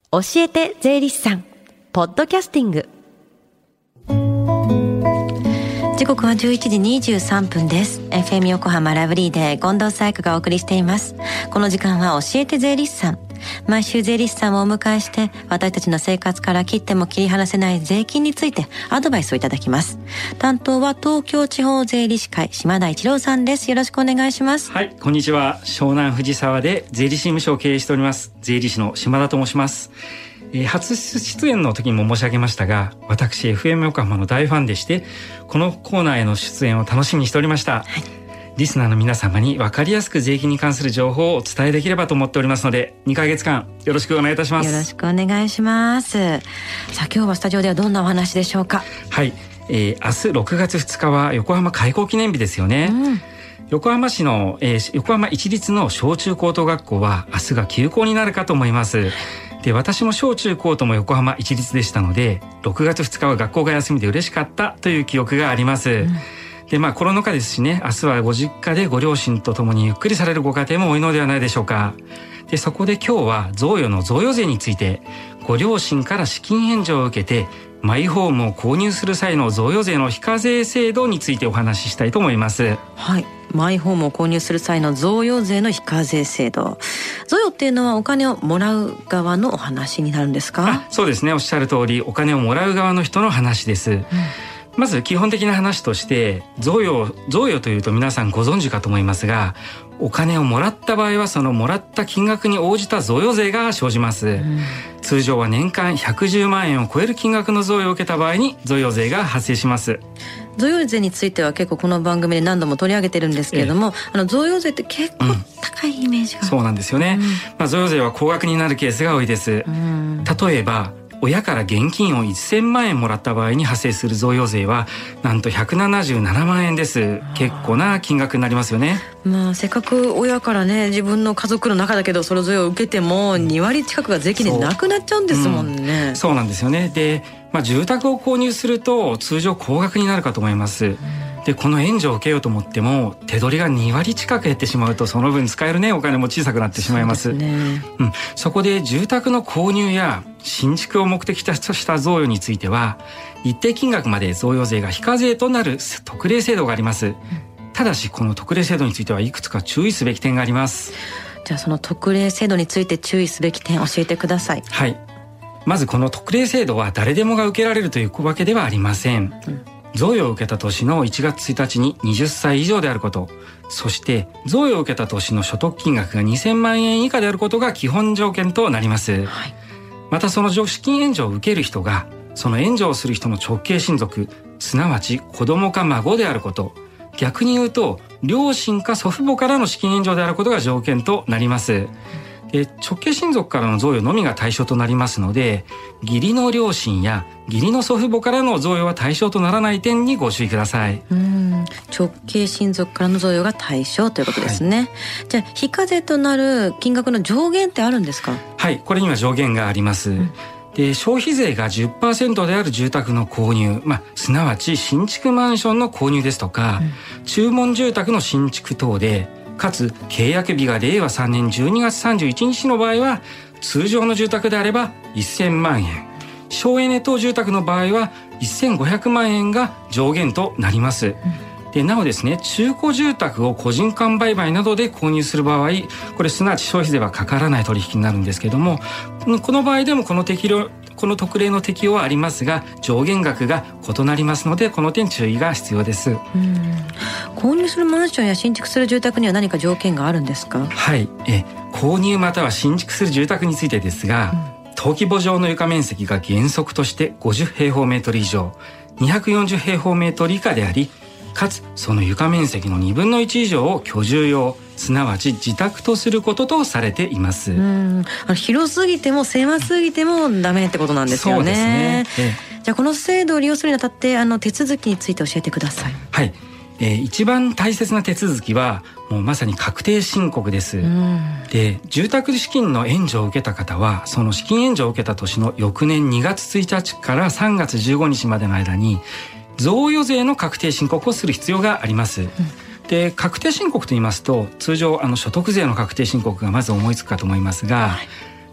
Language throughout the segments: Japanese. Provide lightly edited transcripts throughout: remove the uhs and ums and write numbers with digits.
教えて税理士さんポッドキャスティング。時刻は11時23分です。 FM 横浜ラブリーで近藤紗友香がお送りしています。この時間は教えて税理士さん。毎週税理士さんをお迎えして私たちの生活から切っても切り離せない税金についてアドバイスをいただきます。担当は東京地方税理士会島田一郎さんです。よろしくお願いします。 はい、こんにちは。湘南藤沢で税理士事務所を経営しております税理士の島田と申します。初出演の時にも申し上げましたが、私 FM 横浜の大ファンでして、このコーナーへの出演を楽しみにしておりました、リスナーの皆様に分かりやすく税金に関する情報をお伝えできればと思っておりますので、2ヶ月間よろしくお願いいたします。 よろしくお願いします。さあ、今日はスタジオではどんなお話でしょうか。 はい、明日6月2日は横浜開港記念日ですよね、横浜市の、横浜市立の小中高等学校は明日が休校になるかと思います。で、私も小中高とも横浜市立でしたので、6月2日は学校が休みで嬉しかったという記憶があります、で、コロナ禍ですしね、明日はご実家でご両親と共にゆっくりされるご家庭も多いのではないでしょうか。で、そこで今日は贈与の贈与税について、ご両親から資金援助を受けてマイホームを購入する際の贈与税の非課税制度についてお話ししたいと思います。 はい、マイホームを購入する際の贈与税の非課税制度。贈与っていうのはお金をもらう側のお話になるんですか。 そうですね、おっしゃる通り、お金をもらう側の人の話です、まず基本的な話として、贈与というと皆さんご存知かと思いますが、お金をもらった場合はそのもらった金額に応じた贈与税が生じます、通常は年間110万円を超える金額の贈与を受けた場合に贈与税が発生します。 贈与税については結構この番組で何度も取り上げてるんですけれども、贈与税って結構高いイメージが、 そうなんですよね、贈与税は高額になるケースが多いです、例えば親から現金を1000万円もらった場合に発生する贈与税はなんと177万円です。結構な金額になりますよね。 せっかく親からね、自分の家族の中だけどその贈与を受けても2割近くが税金でなくなっちゃうんですもんね。 そうなんですよね。で、住宅を購入すると通常高額になるかと思います、で、この援助を受けようと思っても手取りが2割近く減ってしまうと、その分使えるねお金も小さくなってしまいます。 そうですね、 そこで住宅の購入や新築を目的とした贈与については一定金額まで贈与税が非課税となる特例制度があります、ただしこの特例制度についてはいくつか注意すべき点があります。 じゃあその特例制度について注意すべき点教えてください。 はい、まずこの特例制度は誰でもが受けられるというわけではありません、贈与を受けた年の1月1日に20歳以上であること、そして贈与を受けた年の所得金額が2000万円以下であることが基本条件となります、またその資金援助を受ける人がその援助をする人の直系親族、すなわち子供か孫であること、逆に言うと両親か祖父母からの資金援助であることが条件となります。直系親族からの贈与のみが対象となりますので、義理の両親や義理の祖父母からの贈与は対象とならない点にご注意ください。 直系親族からの贈与が対象ということですね、じゃあ非課税となる金額の上限ってあるんですか。 はい、これには上限があります、で、消費税が 10% である住宅の購入、すなわち新築マンションの購入ですとか、注文住宅の新築等で、かつ契約日が令和3年12月31日の場合は通常の住宅であれば1000万円、省エネ等住宅の場合は1500万円が上限となります、で、なおですね、中古住宅を個人間売買などで購入する場合、これすなわち消費税はかからない取引になるんですけども、この場合でもこの特例の適用はありますが、上限額が異なりますので、この点注意が必要です。 購入するマンションや新築する住宅には何か条件があるんですか。 はい、購入または新築する住宅についてですが、登記簿上の床面積が原則として50平方メートル以上、240平方メートル以下であり、かつその床面積の2分の1以上を居住用、すなわち自宅とすることとされています。 広すぎても狭すぎてもダメってことなんですよね。 そうですね、 じゃあこの制度を利用するにあたって手続きについて教えてください。 はい、一番大切な手続きはもうまさに確定申告です。で、住宅資金の援助を受けた方はその資金援助を受けた年の翌年2月1日から3月15日までの間に贈与税の確定申告をする必要があります。で、確定申告と言いますと通常所得税の確定申告がまず思いつくかと思いますが、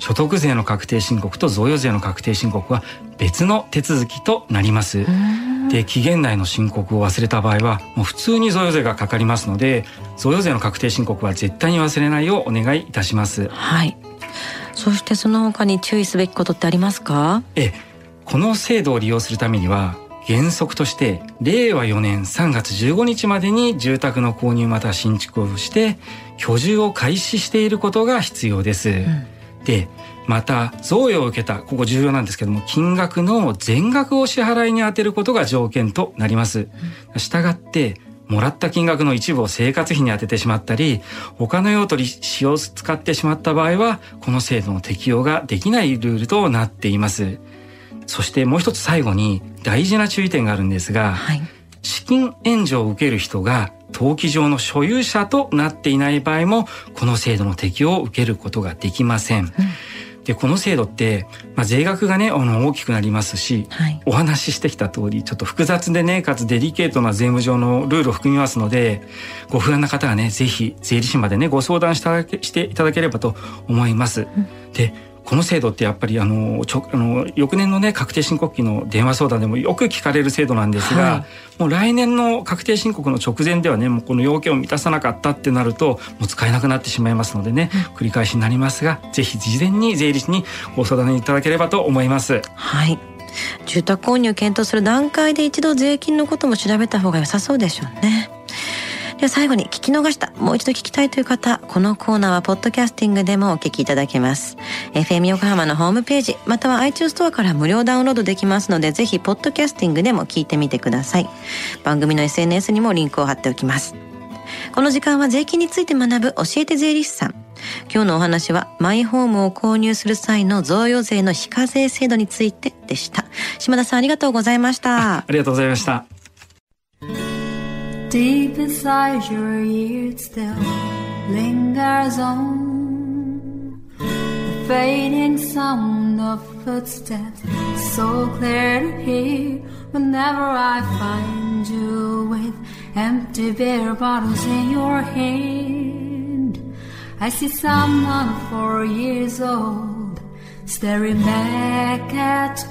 所得税の確定申告と贈与税の確定申告は別の手続きとなります。で、期限内の申告を忘れた場合はもう普通に贈与税がかかりますので、贈与税の確定申告は絶対に忘れないようお願いいたします。 はい。そしてその他に注意すべきことってありますか？ この制度を利用するためには原則として令和4年3月15日までに住宅の購入または新築をして居住を開始していることが必要です。で、また贈与を受けた、ここ重要なんですけども、金額の全額を支払いに充てることが条件となります。したがってもらった金額の一部を生活費に充ててしまったり、他の用途に使用使ってしまった場合はこの制度の適用ができないルールとなっています。そしてもう一つ最後に大事な注意点があるんですが、資金援助を受ける人が登記上の所有者となっていない場合もこの制度の適用を受けることができません。で、この制度って、税額がね大きくなりますし、お話ししてきた通りちょっと複雑でねかつデリケートな税務上のルールを含みますので、ご不安な方はねぜひ税理士までねご相談していただければと思います。で、この制度ってやっぱり翌年のね確定申告期の電話相談でもよく聞かれる制度なんですが、もう来年の確定申告の直前ではねもうこの要件を満たさなかったってなるともう使えなくなってしまいますのでね、繰り返しになりますが、ぜひ事前に税理士にご相談いただければと思います。 はい。住宅購入を検討する段階で一度税金のことも調べた方が良さそうでしょうね。では最後に聞き逃した、もう一度聞きたいという方、このコーナーはポッドキャスティングでもお聞きいただけます。 FM 横浜のホームページまたは iTunes ストアから無料ダウンロードできますので、ぜひポッドキャスティングでも聞いてみてください。番組の SNS にもリンクを貼っておきます。この時間は税金について学ぶ教えて税理士さん。今日のお話はマイホームを購入する際の贈与税の非課税制度についてでした。島田さん、ありがとうございました。 ありがとうございました。 Deep inside your ears still lingers on the fading sound of footsteps, so clear to hear whenever I find you with empty beer bottles in your hand. I see someone 4 years old staring back at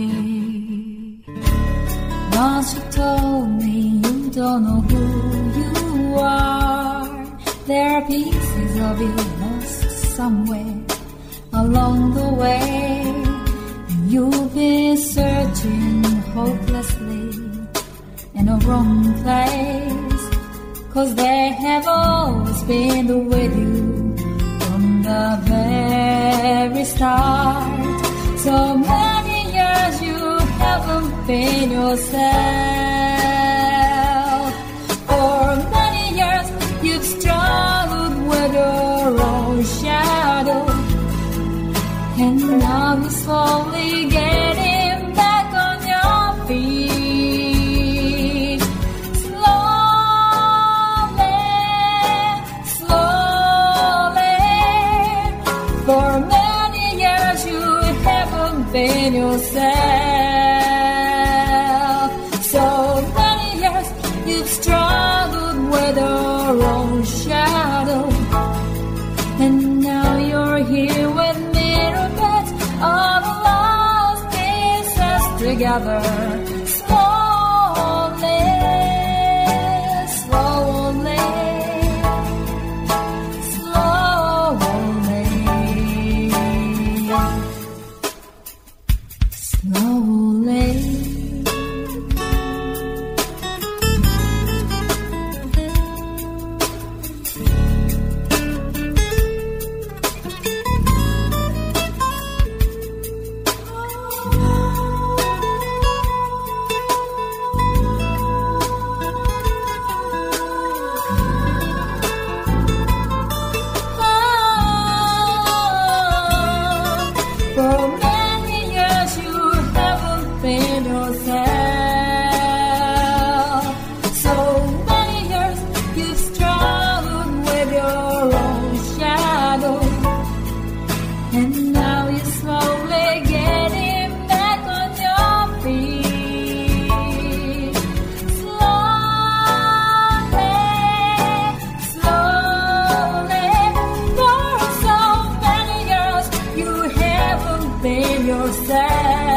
me.Once you told me you don't know who you are. There are pieces of you lost somewhere along the way. You've been searching hopelessly in a wrong place, 'cause they have always been with you from the very start. So many years you haven't been yourself. For many years you've struggled with your own shadow, and now you're slowly getting back on your feet. Slowly, slowly. For many years you haven't been yourself.So many years you've struggled with your own shadow, and now you're here with mirror beds of lost pieces together. Slowly, slowly, slowly.You yourself.